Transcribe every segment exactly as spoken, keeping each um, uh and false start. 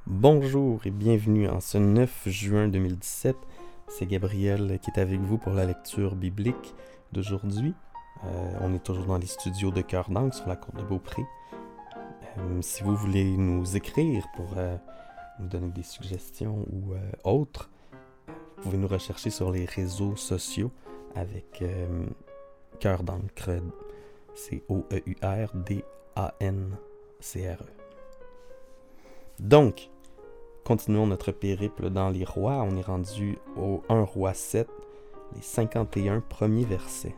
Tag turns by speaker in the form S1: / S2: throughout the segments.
S1: Bonjour et bienvenue en ce neuf juin deux mille dix-sept. C'est Gabriel qui est avec vous pour la lecture biblique d'aujourd'hui. Euh, on est toujours dans les studios de Cœur d'Ancre sur la côte de Beaupré. Euh, si vous voulez nous écrire pour euh, nous donner des suggestions ou euh, autres, vous pouvez nous rechercher sur les réseaux sociaux avec euh, Cœur d'Ancre. C'est O E U R D A N C R E. Donc, continuons notre périple dans les rois. On est rendu au premier roi sept, les cinquante et un premiers versets.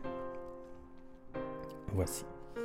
S1: Voici.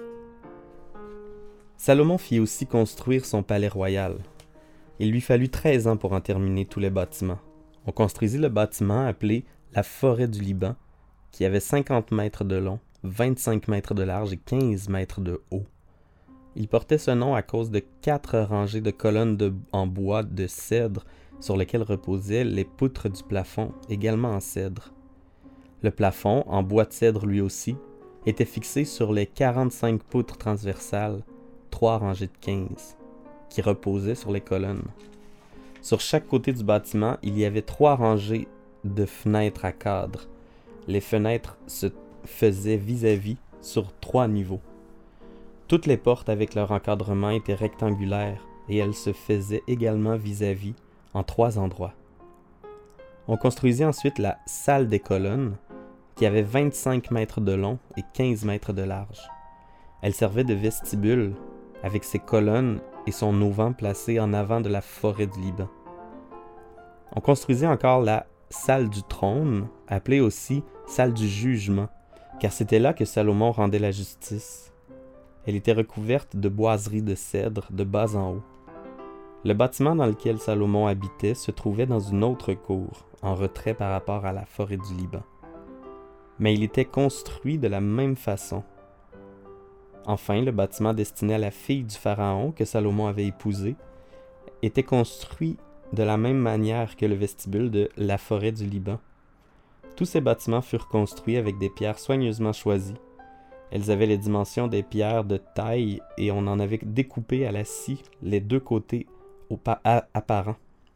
S1: Salomon fit aussi construire son palais royal. Il lui fallut treize ans pour en terminer tous les bâtiments. On construisit le bâtiment appelé la forêt du Liban, qui avait cinquante mètres de long, vingt-cinq mètres de large et quinze mètres de haut. Il portait ce nom à cause de quatre rangées de colonnes de, en bois de cèdre sur lesquelles reposaient les poutres du plafond, également en cèdre. Le plafond, en bois de cèdre lui aussi, était fixé sur les quarante-cinq poutres transversales, trois rangées de quinze, qui reposaient sur les colonnes. Sur chaque côté du bâtiment, il y avait trois rangées de fenêtres à cadre. Les fenêtres se faisaient vis-à-vis sur trois niveaux. Toutes les portes avec leur encadrement étaient rectangulaires et elles se faisaient également vis-à-vis en trois endroits. On construisit ensuite la salle des colonnes, qui avait vingt-cinq mètres de long et quinze mètres de large. Elle servait de vestibule avec ses colonnes et son auvent placé en avant de la forêt du Liban. On construisit encore la salle du trône, appelée aussi salle du jugement, car c'était là que Salomon rendait la justice. Elle était recouverte de boiseries de cèdre de bas en haut. Le bâtiment dans lequel Salomon habitait se trouvait dans une autre cour, en retrait par rapport à la forêt du Liban. Mais il était construit de la même façon. Enfin, le bâtiment destiné à la fille du pharaon que Salomon avait épousée était construit de la même manière que le vestibule de la forêt du Liban. Tous ces bâtiments furent construits avec des pierres soigneusement choisies. Elles avaient les dimensions des pierres de taille et on en avait découpé à la scie les deux côtés apparents.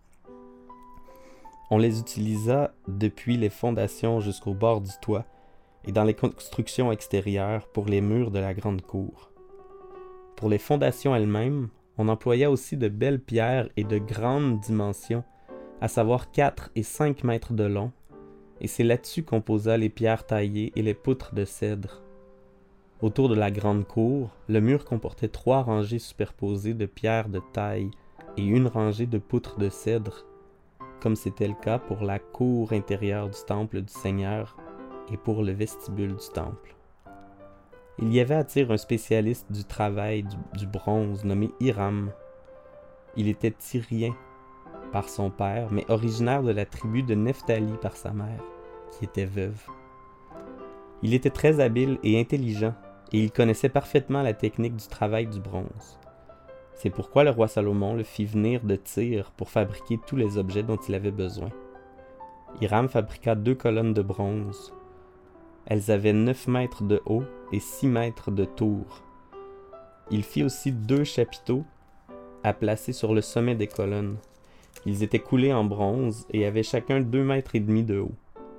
S1: On les utilisa depuis les fondations jusqu'au bord du toit et dans les constructions extérieures pour les murs de la grande cour. Pour les fondations elles-mêmes, on employa aussi de belles pierres et de grandes dimensions, à savoir quatre et cinq mètres de long, et c'est là-dessus qu'on posa les pierres taillées et les poutres de cèdre. Autour de la grande cour, le mur comportait trois rangées superposées de pierres de taille et une rangée de poutres de cèdre, comme c'était le cas pour la cour intérieure du temple du Seigneur et pour le vestibule du temple. Il y avait à Tyr un spécialiste du travail du, du bronze nommé Hiram. Il était tyrien par son père, mais originaire de la tribu de Nephtali par sa mère, qui était veuve. Il était très habile et intelligent, et il connaissait parfaitement la technique du travail du bronze. C'est pourquoi le roi Salomon le fit venir de Tyr pour fabriquer tous les objets dont il avait besoin. Hiram fabriqua deux colonnes de bronze. Elles avaient neuf mètres de haut et six mètres de tour. Il fit aussi deux chapiteaux à placer sur le sommet des colonnes. Ils étaient coulés en bronze et avaient chacun deux mètres et demi de haut.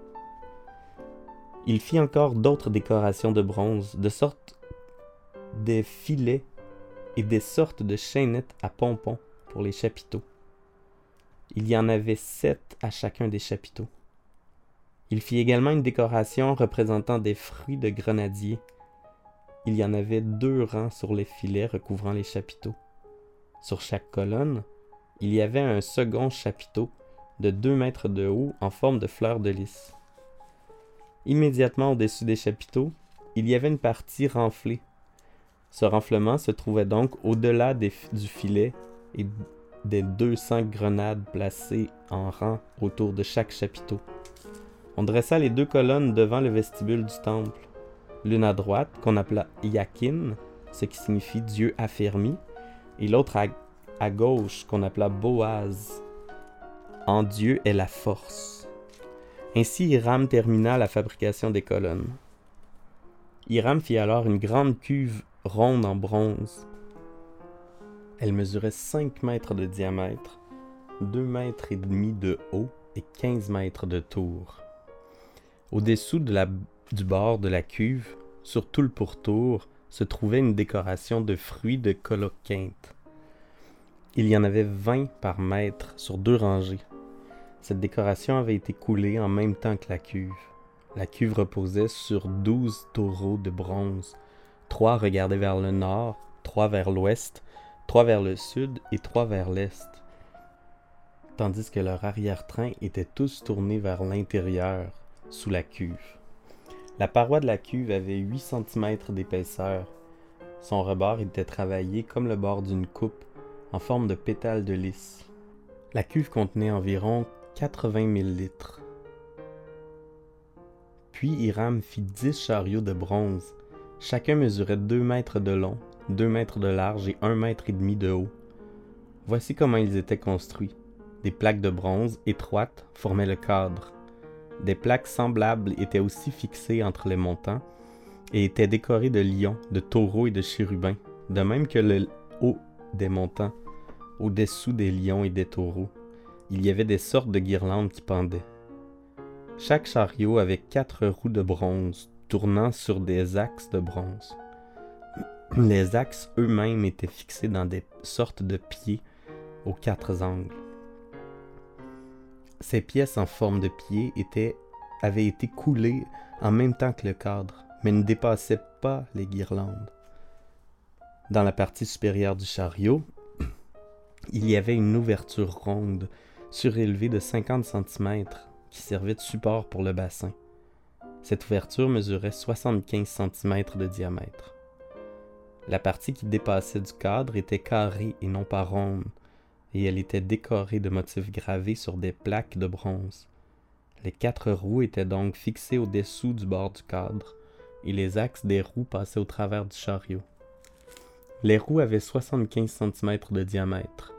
S1: Il fit encore d'autres décorations de bronze, de sorte des filets et des sortes de chaînettes à pompons pour les chapiteaux. Il y en avait sept à chacun des chapiteaux. Il fit également une décoration représentant des fruits de grenadier. Il y en avait deux rangs sur les filets recouvrant les chapiteaux. Sur chaque colonne, il y avait un second chapiteau de deux mètres de haut en forme de fleur de lys. Immédiatement au-dessus des chapiteaux, il y avait une partie renflée. Ce renflement se trouvait donc au-delà des, du filet et des deux cents grenades placées en rang autour de chaque chapiteau. On dressa les deux colonnes devant le vestibule du temple, l'une à droite, qu'on appela Yakin, ce qui signifie Dieu affermi, et l'autre à, à gauche, qu'on appela Boaz. En Dieu est la force. Ainsi Hiram termina la fabrication des colonnes. Hiram fit alors une grande cuve ronde en bronze. Elle mesurait cinq mètres de diamètre deux mètres et demi de haut et quinze mètres de tour. Au-dessous de la, du bord de la cuve, sur tout le pourtour, se trouvait une décoration de fruits de coloquinte. Il y en avait vingt par mètre sur deux rangées. Cette décoration avait été coulée en même temps que la cuve. La cuve reposait sur douze taureaux de bronze. Trois regardaient vers le nord, trois vers l'ouest, trois vers le sud et trois vers l'est, tandis que leurs arrière-trains étaient tous tournés vers l'intérieur, sous la cuve. La paroi de la cuve avait huit centimètres d'épaisseur. Son rebord était travaillé comme le bord d'une coupe, en forme de pétale de lys. La cuve contenait environ quatre-vingt mille litres. Puis Hiram fit dix chariots de bronze. Chacun mesurait deux mètres de long, deux mètres de large et un mètre et demi de haut. Voici comment ils étaient construits. Des plaques de bronze étroites formaient le cadre. Des plaques semblables étaient aussi fixées entre les montants et étaient décorées de lions, de taureaux et de chérubins, de même que le haut des montants, au-dessous des lions et des taureaux. Il y avait des sortes de guirlandes qui pendaient. Chaque chariot avait quatre roues de bronze, tournant sur des axes de bronze. Les axes eux-mêmes étaient fixés dans des sortes de pieds aux quatre angles. Ces pièces en forme de pied étaient, avaient été coulées en même temps que le cadre, mais ne dépassaient pas les guirlandes. Dans la partie supérieure du chariot, il y avait une ouverture ronde, surélevée de cinquante centimètres, qui servait de support pour le bassin. Cette ouverture mesurait soixante-quinze centimètres de diamètre. La partie qui dépassait du cadre était carrée et non pas ronde, et elle était décorée de motifs gravés sur des plaques de bronze. Les quatre roues étaient donc fixées au-dessous du bord du cadre, et les axes des roues passaient au travers du chariot. Les roues avaient soixante-quinze centimètres de diamètre.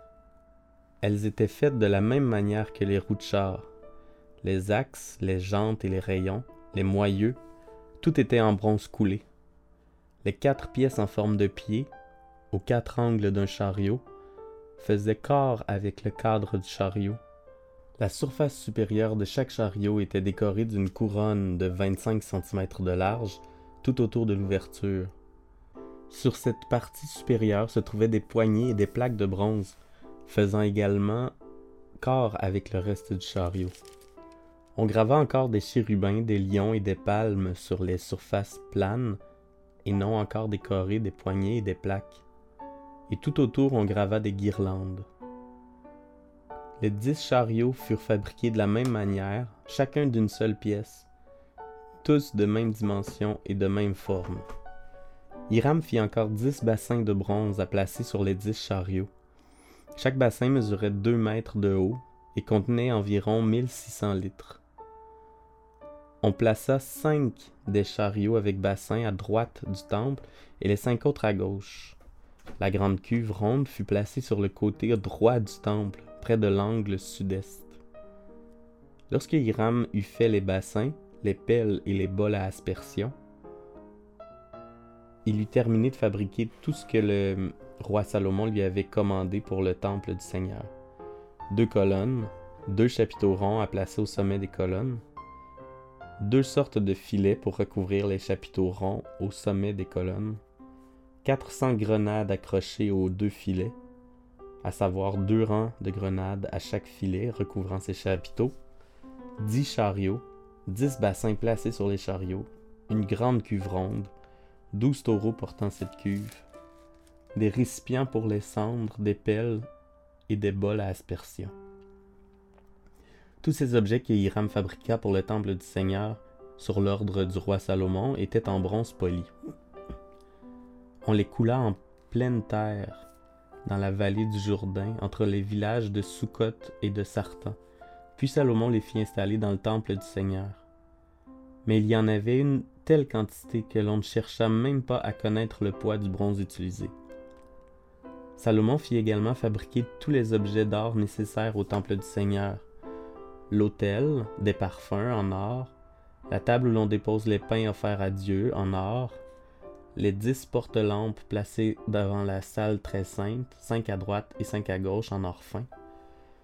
S1: Elles étaient faites de la même manière que les roues de char. Les axes, les jantes et les rayons, les moyeux, tout était en bronze coulé. Les quatre pièces en forme de pied, aux quatre angles d'un chariot, faisaient corps avec le cadre du chariot. La surface supérieure de chaque chariot était décorée d'une couronne de vingt-cinq centimètres de large tout autour de l'ouverture. Sur cette partie supérieure se trouvaient des poignées et des plaques de bronze, faisant également corps avec le reste du chariot. On grava encore des chérubins, des lions et des palmes sur les surfaces planes, et non encore décorées des poignées et des plaques. Et tout autour on grava des guirlandes. Les dix chariots furent fabriqués de la même manière, chacun d'une seule pièce, tous de même dimension et de même forme. Hiram fit encore dix bassins de bronze à placer sur les dix chariots. Chaque bassin mesurait deux mètres de haut et contenait environ mille six cents litres. On plaça cinq des chariots avec bassin à droite du temple et les cinq autres à gauche. La grande cuve ronde fut placée sur le côté droit du temple, près de l'angle sud-est. Lorsque Hiram eut fait les bassins, les pelles et les bols à aspersion, il eut terminé de fabriquer tout ce que le roi Salomon lui avait commandé pour le temple du Seigneur. Deux colonnes, deux chapiteaux ronds à placer au sommet des colonnes, deux sortes de filets pour recouvrir les chapiteaux ronds au sommet des colonnes, quatre cents grenades accrochées aux deux filets, à savoir deux rangs de grenades à chaque filet recouvrant ces chapiteaux, dix chariots, dix bassins placés sur les chariots, une grande cuve ronde, douze taureaux portant cette cuve, des récipients pour les cendres, des pelles et des bols à aspersion. Tous ces objets que Hiram fabriqua pour le temple du Seigneur, sur l'ordre du roi Salomon, étaient en bronze poli. On les coula en pleine terre, dans la vallée du Jourdain, entre les villages de Sukkot et de Sartan. Puis Salomon les fit installer dans le temple du Seigneur. Mais il y en avait une telle quantité que l'on ne chercha même pas à connaître le poids du bronze utilisé. Salomon fit également fabriquer tous les objets d'or nécessaires au temple du Seigneur. L'autel, des parfums en or, la table où l'on dépose les pains offerts à Dieu en or, les dix porte-lampes placées devant la salle très sainte, cinq à droite et cinq à gauche en or fin,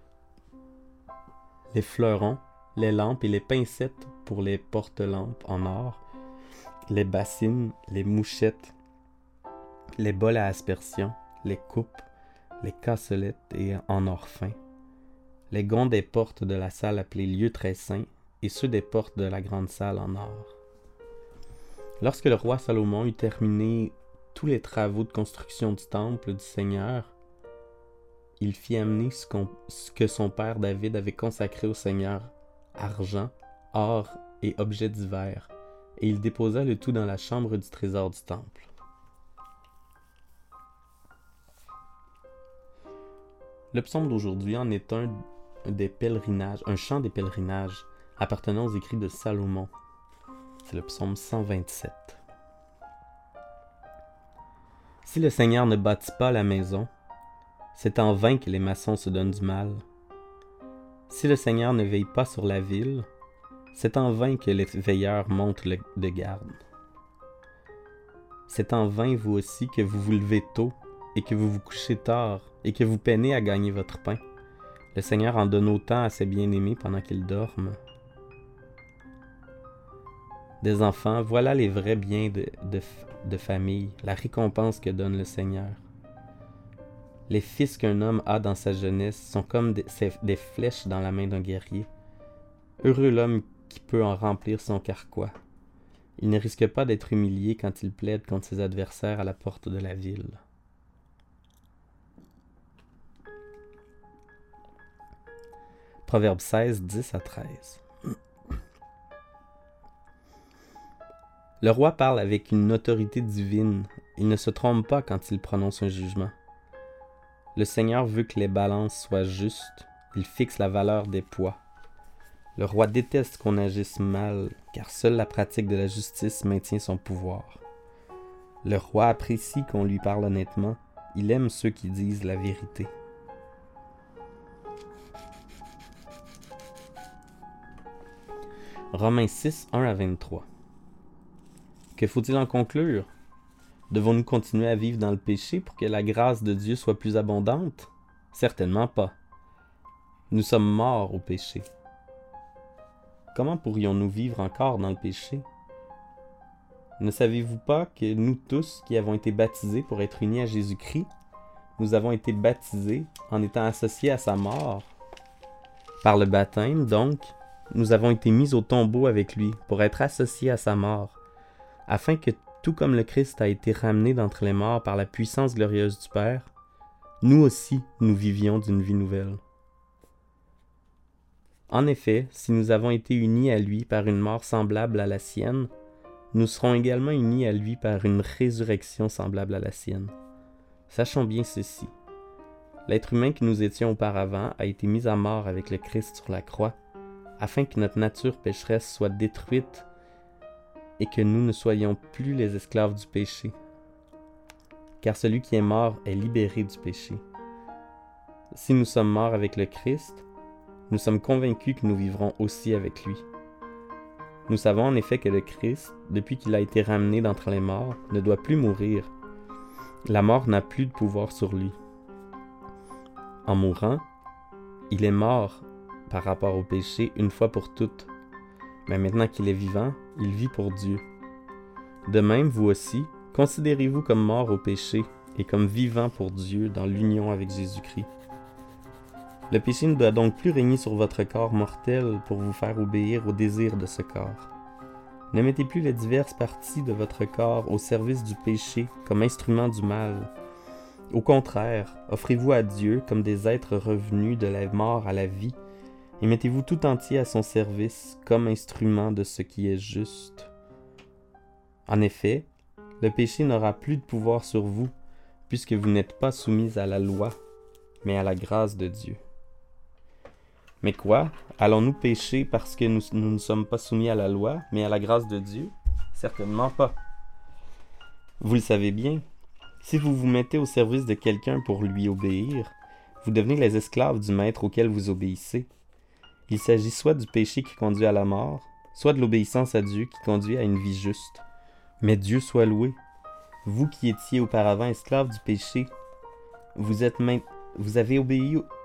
S1: les fleurons, les lampes et les pincettes pour les porte-lampes en or, les bassines, les mouchettes, les bols à aspersion, les coupes, les cassolettes et en or fin, les gonds des portes de la salle appelée lieu très saint et ceux des portes de la grande salle en or. Lorsque le roi Salomon eut terminé tous les travaux de construction du temple du Seigneur, il fit amener ce, qu'on, ce que son père David avait consacré au Seigneur, argent, or et objets divers, et il déposa le tout dans la chambre du trésor du temple. Le psaume d'aujourd'hui en est un des pèlerinages, un chant des pèlerinages appartenant aux écrits de Salomon. C'est le psaume cent vingt-sept. Si le Seigneur ne bâtit pas la maison, c'est en vain que les maçons se donnent du mal. Si le Seigneur ne veille pas sur la ville, c'est en vain que les veilleurs montent le, de garde. C'est en vain, vous aussi, que vous vous levez tôt et que vous vous couchez tard et que vous peinez à gagner votre pain. Le Seigneur en donne autant à ses bien-aimés pendant qu'ils dorment. Des enfants, voilà les vrais biens de, de, de famille, la récompense que donne le Seigneur. Les fils qu'un homme a dans sa jeunesse sont comme des, des flèches dans la main d'un guerrier. Heureux l'homme qui peut en remplir son carquois. Il ne risque pas d'être humilié quand il plaide contre ses adversaires à la porte de la ville. Proverbe seize, dix à treize. Le roi parle avec une autorité divine. Il ne se trompe pas quand il prononce un jugement. Le Seigneur veut que les balances soient justes. Il fixe la valeur des poids. Le roi déteste qu'on agisse mal, car seule la pratique de la justice maintient son pouvoir. Le roi apprécie qu'on lui parle honnêtement. Il aime ceux qui disent la vérité. Romains six, un à vingt-trois. Que faut-il en conclure? Devons-nous continuer à vivre dans le péché pour que la grâce de Dieu soit plus abondante? Certainement pas. Nous sommes morts au péché. Comment pourrions-nous vivre encore dans le péché? Ne savez-vous pas que nous tous qui avons été baptisés pour être unis à Jésus-Christ, nous avons été baptisés en étant associés à sa mort? Par le baptême, donc, nous avons été mis au tombeau avec lui pour être associés à sa mort, afin que, tout comme le Christ a été ramené d'entre les morts par la puissance glorieuse du Père, nous aussi nous vivions d'une vie nouvelle. En effet, si nous avons été unis à lui par une mort semblable à la sienne, nous serons également unis à lui par une résurrection semblable à la sienne. Sachons bien ceci. L'être humain que nous étions auparavant a été mis à mort avec le Christ sur la croix, afin que notre nature pécheresse soit détruite et que nous ne soyons plus les esclaves du péché. Car celui qui est mort est libéré du péché. Si nous sommes morts avec le Christ, nous sommes convaincus que nous vivrons aussi avec lui. Nous savons en effet que le Christ, depuis qu'il a été ramené d'entre les morts, ne doit plus mourir. La mort n'a plus de pouvoir sur lui. En mourant, il est mort par rapport au péché une fois pour toutes. Mais maintenant qu'il est vivant, il vit pour Dieu. De même, vous aussi, considérez-vous comme mort au péché et comme vivant pour Dieu dans l'union avec Jésus-Christ. Le péché ne doit donc plus régner sur votre corps mortel pour vous faire obéir aux désirs de ce corps. Ne mettez plus les diverses parties de votre corps au service du péché comme instruments du mal. Au contraire, offrez-vous à Dieu comme des êtres revenus de la mort à la vie et mettez-vous tout entier à son service comme instrument de ce qui est juste. En effet, le péché n'aura plus de pouvoir sur vous, puisque vous n'êtes pas soumis à la loi, mais à la grâce de Dieu. Mais quoi? Allons-nous pécher parce que nous, nous ne sommes pas soumis à la loi, mais à la grâce de Dieu? Certainement pas. Vous le savez bien, si vous vous mettez au service de quelqu'un pour lui obéir, vous devenez les esclaves du maître auquel vous obéissez. Il s'agit soit du péché qui conduit à la mort, soit de l'obéissance à Dieu qui conduit à une vie juste. Mais Dieu soit loué. Vous qui étiez auparavant esclaves du péché, vous êtes main... vous avez obéi,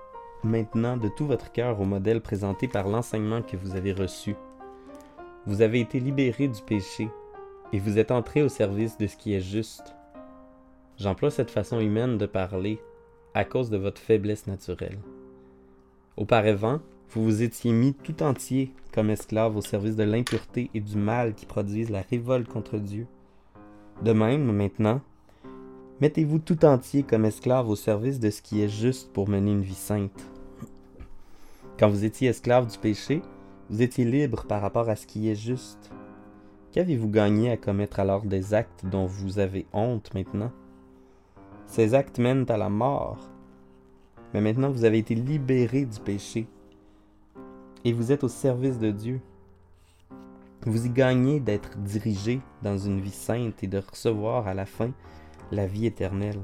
S1: maintenant de tout votre cœur au modèle présenté par l'enseignement que vous avez reçu. Vous avez été libérés du péché et vous êtes entrés au service de ce qui est juste. J'emploie cette façon humaine de parler à cause de votre faiblesse naturelle. Auparavant, vous vous étiez mis tout entier comme esclave au service de l'impureté et du mal qui produisent la révolte contre Dieu. De même, maintenant, mettez-vous tout entier comme esclave au service de ce qui est juste pour mener une vie sainte. Quand vous étiez esclave du péché, vous étiez libre par rapport à ce qui est juste. Qu'avez-vous gagné à commettre alors des actes dont vous avez honte maintenant? Ces actes mènent à la mort. Mais maintenant, vous avez été libérés du péché et vous êtes au service de Dieu. Vous y gagnez d'être dirigés dans une vie sainte et de recevoir à la fin la vie éternelle.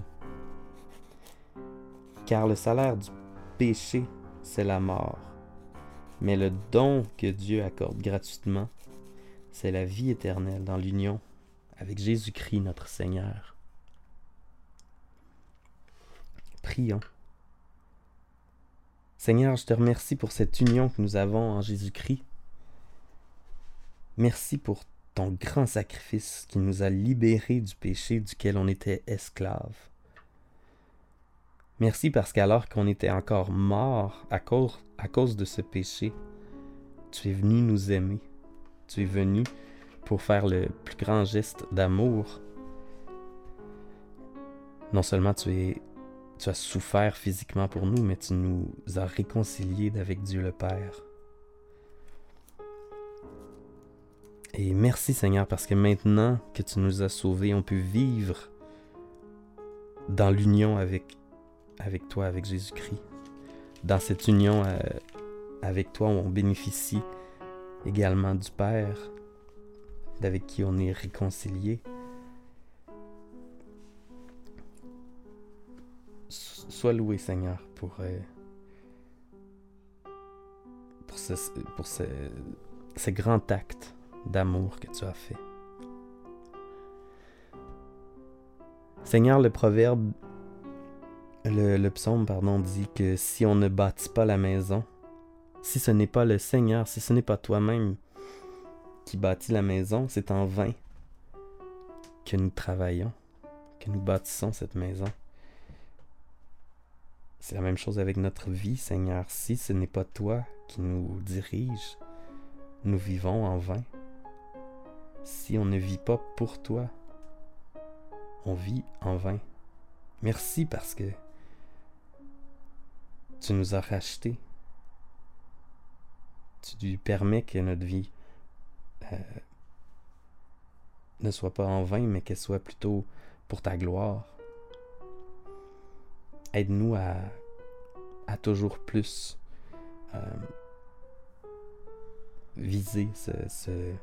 S1: Car le salaire du péché, c'est la mort. Mais le don que Dieu accorde gratuitement, c'est la vie éternelle dans l'union avec Jésus-Christ notre Seigneur. Prions. Seigneur, je te remercie pour cette union que nous avons en Jésus-Christ. Merci pour ton grand sacrifice qui nous a libérés du péché duquel on était esclaves. Merci parce qu'alors qu'on était encore morts à cause, à cause de ce péché, tu es venu nous aimer. Tu es venu pour faire le plus grand geste d'amour. Non seulement tu es Tu as souffert physiquement pour nous, mais tu nous as réconciliés avec Dieu le Père. Et merci Seigneur, parce que maintenant que tu nous as sauvés, on peut vivre dans l'union avec, avec toi, avec Jésus-Christ. Dans cette union euh, avec toi, on bénéficie également du Père, avec qui on est réconcilié. Sois loué, Seigneur, pour, euh, pour, ce, pour ce, ce grand acte d'amour que tu as fait. Seigneur, le proverbe, le, le psaume, pardon, dit que si on ne bâtit pas la maison, si ce n'est pas le Seigneur, si ce n'est pas toi-même qui bâtis la maison, c'est en vain que nous travaillons, que nous bâtissons cette maison. C'est la même chose avec notre vie, Seigneur. Si ce n'est pas toi qui nous dirige, nous vivons en vain. Si on ne vit pas pour toi, on vit en vain. Merci parce que tu nous as rachetés. Tu lui permets que notre vie euh, ne soit pas en vain, mais qu'elle soit plutôt pour ta gloire. Aide-nous à, à toujours plus euh, viser ce, ce,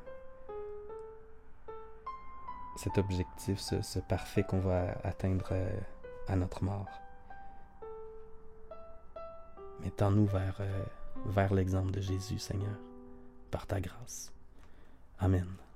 S1: cet objectif, ce, ce parfait qu'on va atteindre euh, à notre mort. Mettons-nous vers, euh, vers l'exemple de Jésus, Seigneur, par ta grâce. Amen.